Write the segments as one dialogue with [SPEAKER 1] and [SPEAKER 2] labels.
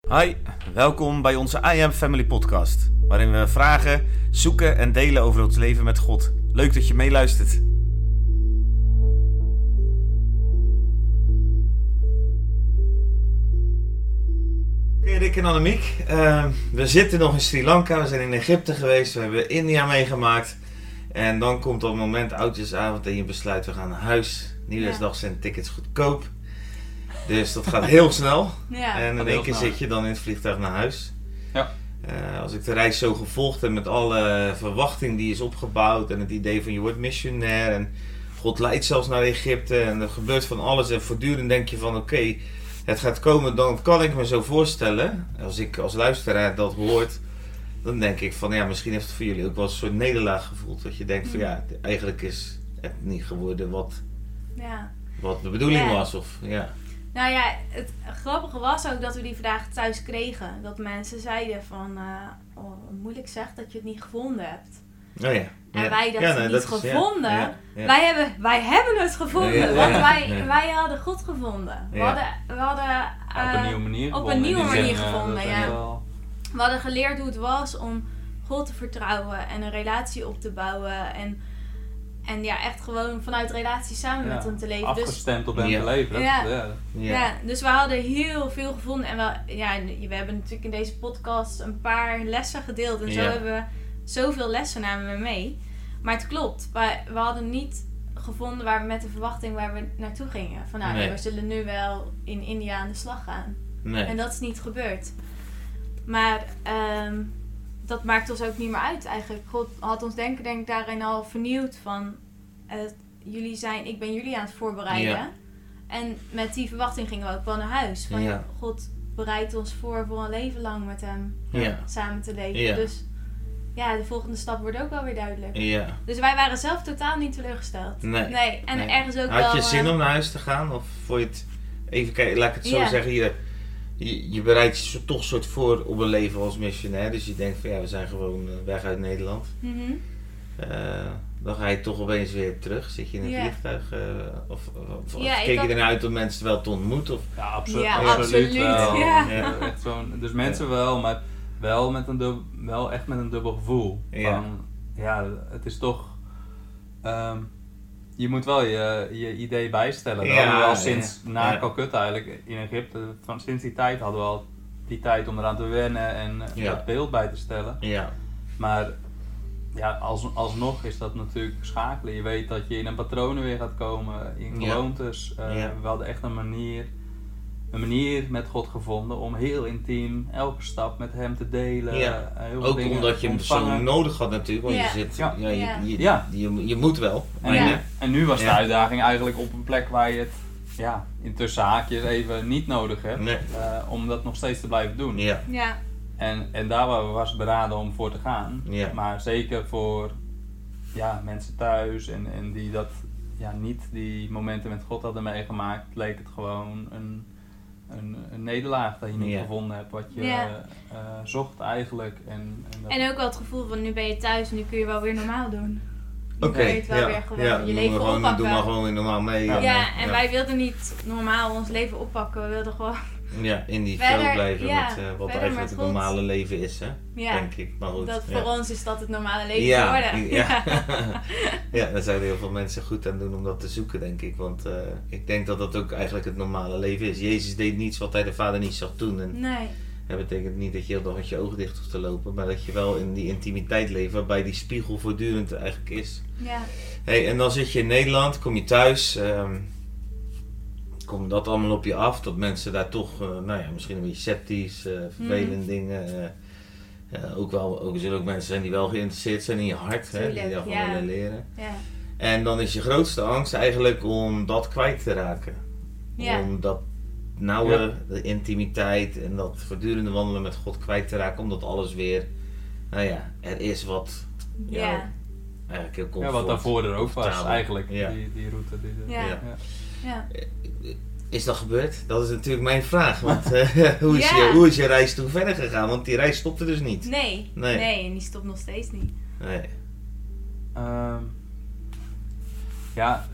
[SPEAKER 1] Hi, welkom bij onze I Am Family podcast, waarin we vragen, zoeken en delen over ons leven met God. Leuk dat je meeluistert. Oké, Rick en Annemiek, we zitten nog in Sri Lanka, we zijn in Egypte geweest, we hebben India meegemaakt. En dan komt dat moment, oudjesavond, en je besluit we gaan naar huis. Nieuwjaarsdag zijn tickets goedkoop. Dus dat gaat heel snel.
[SPEAKER 2] Ja.
[SPEAKER 1] En in één keer zit je dan in het vliegtuig naar huis.
[SPEAKER 3] Ja.
[SPEAKER 1] Als ik de reis zo gevolgd heb met alle verwachting die is opgebouwd en het idee van je wordt missionair en God leidt zelfs naar Egypte en er gebeurt van alles en voortdurend denk je van oké, het gaat komen, dan kan ik me zo voorstellen, als ik als luisteraar dat hoort, dan denk ik van ja, misschien heeft het voor jullie ook wel een soort nederlaag gevoeld. Dat je denkt van ja, eigenlijk is het niet geworden wat de bedoeling was. Of, ja.
[SPEAKER 2] Nou ja, het grappige was ook dat we die vandaag thuis kregen. Dat mensen zeiden van, moeilijk zeg dat je het niet gevonden hebt.
[SPEAKER 1] Oh ja.
[SPEAKER 2] En wij dat niet gevonden.
[SPEAKER 1] Ja.
[SPEAKER 2] Wij hebben het gevonden, want wij hadden God gevonden. We hadden
[SPEAKER 3] op een nieuwe manier
[SPEAKER 2] op een nieuwe manier gevonden, ja.
[SPEAKER 3] Wel...
[SPEAKER 2] We hadden geleerd hoe het was om God te vertrouwen en een relatie op te bouwen. En ja, echt gewoon vanuit relatie samen met hem te leven.
[SPEAKER 3] Afgestemd op hem te leven.
[SPEAKER 2] Ja, dus we hadden heel veel gevonden. En we hebben natuurlijk in deze podcast een paar lessen gedeeld. En zo hebben we zoveel lessen namen we mee. Maar het klopt, we hadden niet gevonden met de verwachting waar we naartoe gingen. Van we zullen nu wel in India aan de slag gaan.
[SPEAKER 1] Nee.
[SPEAKER 2] En dat is niet gebeurd. Maar dat maakt ons ook niet meer uit eigenlijk. God had ons denk ik daarin al vernieuwd van ik ben jullie aan het voorbereiden. Ja. En met die verwachting gingen we ook wel naar huis. Van God bereidt ons voor een leven lang met hem samen te leven. Ja. Dus ja, de volgende stap wordt ook wel weer duidelijk. Ja. Dus wij waren zelf totaal niet teleurgesteld. Nee. En ergens ook wel...
[SPEAKER 1] Had je zin om naar huis te gaan? Of vond je het... Even kijken, laat ik het zo zeggen. Je bereidt je toch soort voor op een leven als missionair. Dus je denkt van we zijn gewoon weg uit Nederland. Mm-hmm. Dan ga je toch opeens weer terug. Zit je in een vliegtuig? Of keek je ernaar uit om mensen wel te ontmoeten?
[SPEAKER 3] Ja, absoluut.
[SPEAKER 2] Ja, absoluut.
[SPEAKER 3] Wel.
[SPEAKER 2] Ja.
[SPEAKER 3] Ja, echt dus mensen wel, maar wel echt met een dubbel gevoel. Van, het is toch... je moet wel je idee bijstellen. Dat hadden we al sinds na Calcutta eigenlijk in Egypte. Sinds die tijd hadden we al die tijd om eraan te wennen en dat beeld bij te stellen. Ja. Maar alsnog is dat natuurlijk schakelen. Je weet dat je in een patronen weer gaat komen, in gewoontes. We hadden echt een manier met God gevonden om heel intiem elke stap met hem te delen. Heel
[SPEAKER 1] ook omdat je hem zo nodig had natuurlijk, want je moet wel.
[SPEAKER 3] En nu was de uitdaging eigenlijk op een plek waar je het in tussen haakjes even niet nodig hebt, om dat nog steeds te blijven doen. Ja. En daar was beraden om voor te gaan, maar zeker voor mensen thuis en die dat niet die momenten met God hadden meegemaakt, leek het gewoon een nederlaag dat je niet gevonden hebt wat je zocht eigenlijk.
[SPEAKER 2] En ook wel het gevoel van nu ben je thuis en nu kun je wel weer normaal doen.
[SPEAKER 1] Oké,
[SPEAKER 2] je leven oppakken.
[SPEAKER 1] Doe maar gewoon weer normaal mee.
[SPEAKER 2] En wij wilden niet normaal ons leven oppakken, we wilden gewoon...
[SPEAKER 1] in die flow blijven met wat eigenlijk het normale leven is, hè? Denk ik. Maar goed,
[SPEAKER 2] voor ons is dat het normale leven geworden.
[SPEAKER 1] Daar zouden heel veel mensen goed aan doen om dat te zoeken, denk ik. Want ik denk dat dat ook eigenlijk het normale leven is. Jezus deed niets wat hij de Vader niet zag doen. En dat betekent niet dat je heel dag met je ogen dicht hoeft te lopen, maar dat je wel in die intimiteit leeft, waarbij die spiegel voortdurend eigenlijk is. Ja. Hey, en dan zit je in Nederland, kom je thuis... komt dat allemaal op je af, dat mensen daar toch, misschien een beetje sceptisch, vervelende dingen. Ook zullen ook mensen zijn die wel geïnteresseerd zijn in je hart, die daarvan willen leren. Ja. En dan is je grootste angst eigenlijk om dat kwijt te raken. Ja. Om dat nauwe, de intimiteit en dat voortdurende wandelen met God kwijt te raken, omdat alles weer, er is wat, eigenlijk heel comfort.
[SPEAKER 3] Wat daarvoor er ook was eigenlijk, die route.
[SPEAKER 1] Is dat gebeurd? Dat is natuurlijk mijn vraag. Want hoe is je reis toen verder gegaan? Want die reis stopte dus niet.
[SPEAKER 2] Nee, en die stopt nog steeds niet. Nee.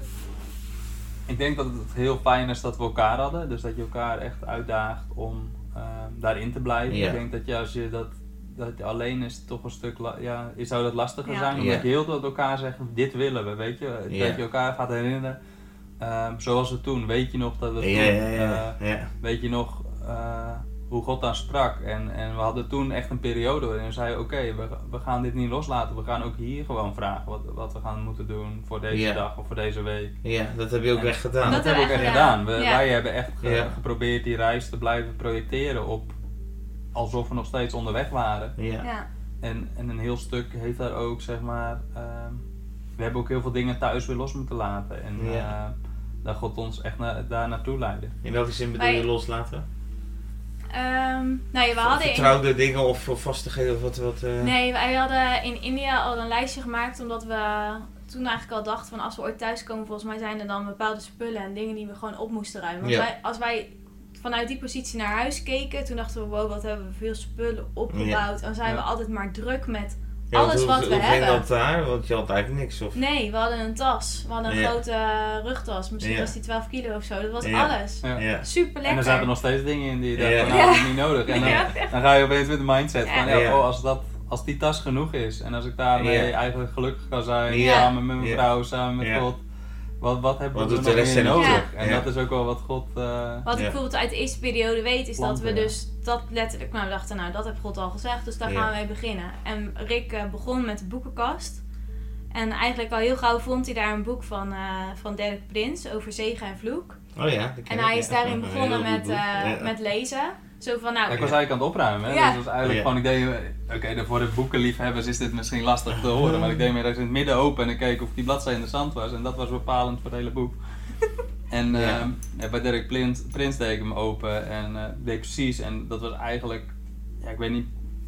[SPEAKER 3] Ik denk dat het heel fijn is dat we elkaar hadden. Dus dat je elkaar echt uitdaagt om daarin te blijven. Ik denk dat als je dat alleen is, toch een stuk zou dat lastiger zijn. Omdat je heel veel elkaar zegt, dit willen we, weet je. Dat je elkaar gaat herinneren. Zoals we toen, weet je nog dat we toen, weet je nog hoe God daar sprak. En we hadden toen echt een periode waarin we zeiden, oké, we gaan dit niet loslaten. We gaan ook hier gewoon vragen wat we gaan moeten doen voor deze dag of voor deze week.
[SPEAKER 1] Ja, dat heb je ook echt gedaan.
[SPEAKER 3] Dat hebben we ook echt gedaan. Wij hebben echt geprobeerd die reis te blijven projecteren op alsof we nog steeds onderweg waren. En een heel stuk heeft daar ook, zeg maar, we hebben ook heel veel dingen thuis weer los moeten laten. En dat God ons echt daar naartoe leidde.
[SPEAKER 1] In welke zin bedoel je loslaten?
[SPEAKER 2] We hadden
[SPEAKER 1] vertrouwde dingen of vastigheden of wat?
[SPEAKER 2] Nee, wij hadden in India al een lijstje gemaakt, omdat we toen eigenlijk al dachten van als we ooit thuiskomen, volgens mij zijn er dan bepaalde spullen en dingen die we gewoon op moesten ruimen. Want als wij vanuit die positie naar huis keken, toen dachten we, wow, wat hebben we veel spullen opgebouwd. En zijn we altijd maar druk met alles wat we hebben.
[SPEAKER 1] Hoe ging dat daar? Want je had eigenlijk niks? Of?
[SPEAKER 2] Nee, we hadden een tas. We hadden een grote rugtas. Misschien was die 12 kilo of zo. Dat was alles. Super lekker.
[SPEAKER 3] En er zaten nog steeds dingen in die je dacht, niet nodig. En dan ga je opeens met de mindset van, als die tas genoeg is. En als ik daarmee eigenlijk gelukkig kan zijn, samen met mijn vrouw, samen met God. Wat hebben we nog meer nodig? En dat is ook wel wat God...
[SPEAKER 2] Wat ik bijvoorbeeld uit de eerste periode weet, is dat we dus dat letterlijk... we dachten, dat heeft God al gezegd, dus daar gaan we mee beginnen. En Rick begon met de boekenkast. En eigenlijk al heel gauw vond hij daar een boek van Derek Prins over zegen en vloek.
[SPEAKER 1] Oh ja.
[SPEAKER 2] En hij is daarin begonnen met lezen. Zo van,
[SPEAKER 3] ik was eigenlijk aan het opruimen. Hè? Dus dat was eigenlijk gewoon, ik deed, voor de boekenliefhebbers is dit misschien lastig te horen, maar ik deed me ergens in het midden open en ik keek of die bladzijde interessant was en dat was bepalend voor het hele boek. En bij Derek Prins deed ik hem open en deed precies, en dat was eigenlijk, ik weet niet,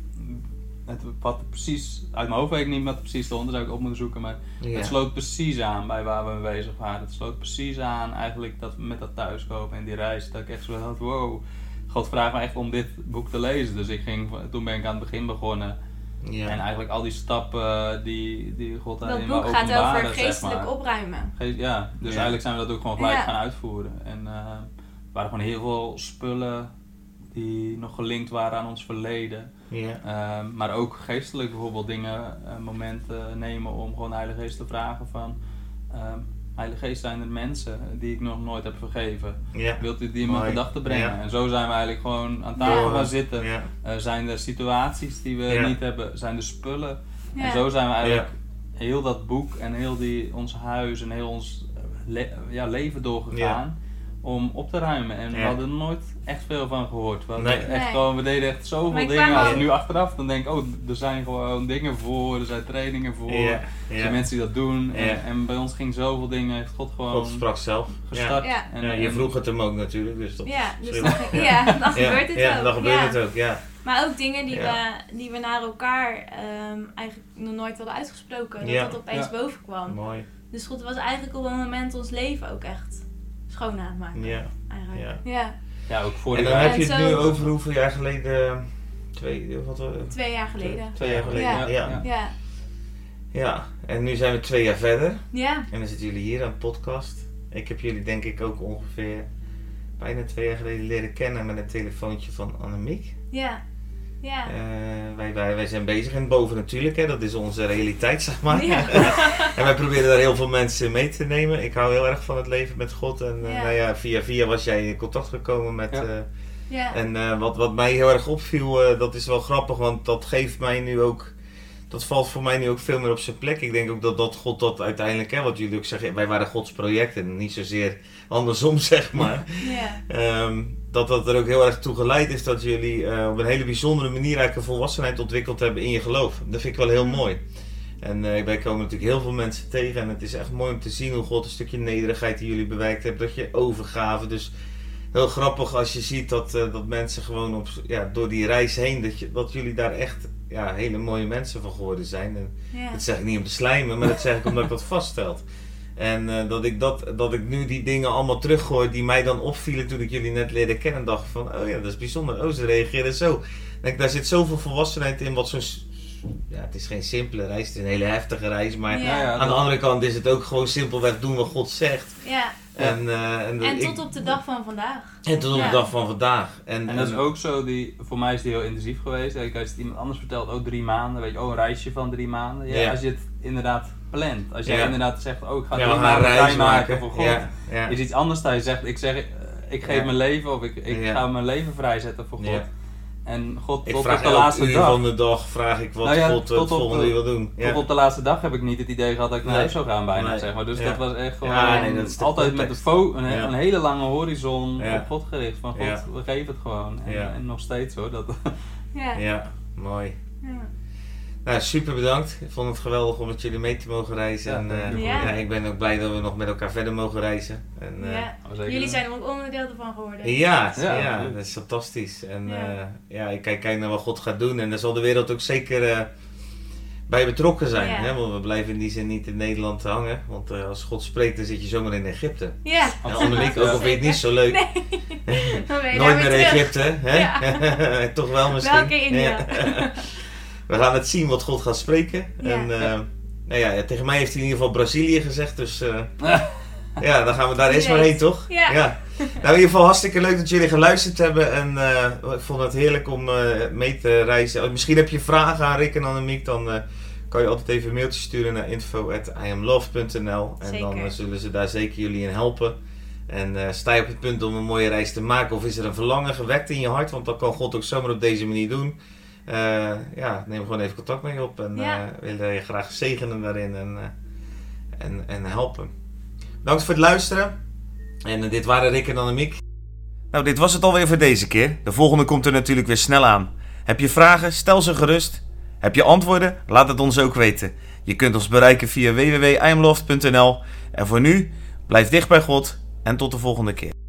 [SPEAKER 3] wat precies, uit mijn hoofd weet ik niet wat er precies stond, dat zou ik op moeten zoeken, maar het sloot precies aan bij waar we mee bezig waren. Het sloot precies aan eigenlijk met dat thuiskomen en die reis, dat ik echt zo had, wow. God vraagt me echt om dit boek te lezen, dus toen ben ik aan het begin begonnen. En eigenlijk al die stappen die God daarin me openbaarde.
[SPEAKER 2] Dat boek gaat over geestelijk opruimen.
[SPEAKER 3] Dus eigenlijk zijn we dat ook gewoon gelijk gaan uitvoeren. En er waren gewoon heel veel spullen die nog gelinkt waren aan ons verleden. Maar ook geestelijk bijvoorbeeld momenten nemen om gewoon de Heilige Geest te vragen van... Heilige Geest, zijn er mensen die ik nog nooit heb vergeven? Wilt u die in mijn gedachten brengen? En zo zijn we eigenlijk gewoon aan tafel gaan zitten. Zijn er situaties die we niet hebben? Zijn er spullen? En zo zijn we eigenlijk heel dat boek en heel ons huis en heel ons leven doorgegaan om op te ruimen. En we hadden er nooit echt veel van gehoord. We deden echt zoveel dingen. Als ik nu achteraf dan denk ik, er zijn gewoon dingen voor, er zijn trainingen voor, er zijn mensen die dat doen. En bij ons ging zoveel dingen, heeft God gewoon
[SPEAKER 1] God sprak zelf
[SPEAKER 3] gestart.
[SPEAKER 1] Je vroeg het hem ook natuurlijk, dus dat
[SPEAKER 2] dan gebeurt het ook.
[SPEAKER 1] Ja, dan gebeurt het ook,
[SPEAKER 2] Maar ook dingen die we naar elkaar eigenlijk nog nooit hadden uitgesproken, dat opeens boven kwam.
[SPEAKER 1] Mooi.
[SPEAKER 2] Dus God was eigenlijk op een moment ons leven ook echt schoon aan het maken.
[SPEAKER 3] Ja, ook voor
[SPEAKER 1] en dan heb je het nu over hoeveel jaar geleden? 2
[SPEAKER 2] jaar geleden.
[SPEAKER 1] 2 jaar geleden, ja. En nu zijn we 2 jaar verder.
[SPEAKER 2] Ja.
[SPEAKER 1] En dan zitten jullie hier aan de podcast. Ik heb jullie denk ik ook ongeveer bijna 2 jaar geleden leren kennen met een telefoontje van Annemiek.
[SPEAKER 2] Ja.
[SPEAKER 1] Wij zijn bezig en boven natuurlijk, hè, dat is onze realiteit, zeg maar. En wij proberen daar heel veel mensen mee te nemen. Ik hou heel erg van het leven met God en via was jij in contact gekomen met... En wat mij heel erg opviel, dat is wel grappig, want dat geeft mij nu ook... Dat valt voor mij nu ook veel meer op zijn plek. Ik denk ook dat God dat uiteindelijk, wat jullie ook zeggen, wij waren Gods project en niet zozeer andersom, zeg maar. Dat er ook heel erg toe geleid is dat jullie op een hele bijzondere manier eigenlijk een volwassenheid ontwikkeld hebben in je geloof. Dat vind ik wel heel mooi. En wij komen natuurlijk heel veel mensen tegen en het is echt mooi om te zien hoe God een stukje nederigheid die jullie bewijkt hebt, dat je overgave. Dus heel grappig als je ziet dat mensen gewoon door die reis heen, dat jullie daar echt hele mooie mensen van geworden zijn. En dat zeg ik niet om te slijmen, maar dat zeg ik omdat ik dat vaststelt. En dat ik nu die dingen allemaal teruggooi die mij dan opvielen toen ik jullie net leerde kennen, dacht van, dat is bijzonder. Ze reageren zo. Denk, daar zit zoveel volwassenheid in, het is geen simpele reis, het is een hele heftige reis, maar aan de andere kant is het ook gewoon simpelweg doen wat God zegt.
[SPEAKER 2] En tot op de dag van vandaag.
[SPEAKER 1] En tot op de dag van vandaag.
[SPEAKER 3] En dat is ook zo, voor mij is die heel intensief geweest. Als het iemand anders vertelt, 3 maanden, weet je, een reisje van 3 maanden. Ja, als je het inderdaad plant. Als jij inderdaad zegt, ik ga 3 maanden vrijmaken voor God. Is iets anders dan je zegt, ik geef mijn leven of ik ga mijn leven vrijzetten voor God. Ja. En God, tot op de laatste dag
[SPEAKER 1] van de dag vraag ik wat God het volgende uur wil doen.
[SPEAKER 3] Tot op de laatste dag heb ik niet het idee gehad dat ik naar huis zou gaan bijna, zeg maar. Dus dat was echt gewoon altijd met een hele lange horizon op God gericht. Van God, we geven het gewoon. En nog steeds hoor.
[SPEAKER 1] Ja, mooi. Ja. Nou, super bedankt. Ik vond het geweldig om met jullie mee te mogen reizen. Ik ben ook blij dat we nog met elkaar verder mogen reizen. En,
[SPEAKER 2] jullie zijn ook onderdeel ervan geworden.
[SPEAKER 1] Ja, dat is fantastisch. En ik kijk naar wat God gaat doen. En daar zal de wereld ook zeker bij betrokken zijn. Ja. Hè? Want we blijven in die zin niet in Nederland hangen. Want als God spreekt, dan zit je zomaar in Egypte. Ja. En Annemiek, ook al vind je het niet zo leuk. Nee. Nooit meer Egypte. Hè? Ja. Toch wel misschien.
[SPEAKER 2] Welke India.
[SPEAKER 1] We gaan het zien wat God gaat spreken. Ja. En tegen mij heeft hij in ieder geval Brazilië gezegd. Dus dan gaan we daar eerst maar heen, toch? Ja. Nou, in ieder geval hartstikke leuk dat jullie geluisterd hebben. En ik vond het heerlijk om mee te reizen. Misschien heb je vragen aan Rick en Annemiek. Dan kan je altijd even een mailtje sturen naar info@iamloved.nl. En dan zullen ze daar zeker jullie in helpen. En sta je op het punt om een mooie reis te maken? Of is er een verlangen gewekt in je hart? Want dat kan God ook zomaar op deze manier doen. Neem gewoon even contact mee op en willen je graag zegenen daarin en helpen. Bedankt voor het luisteren. En dit waren Rick en Annemiek. Nou, dit was het alweer voor deze keer. De volgende komt er natuurlijk weer snel aan. Heb je vragen? Stel ze gerust. Heb je antwoorden? Laat het ons ook weten. Je kunt ons bereiken via www.iamloved.nl. En voor nu, blijf dicht bij God en tot de volgende keer.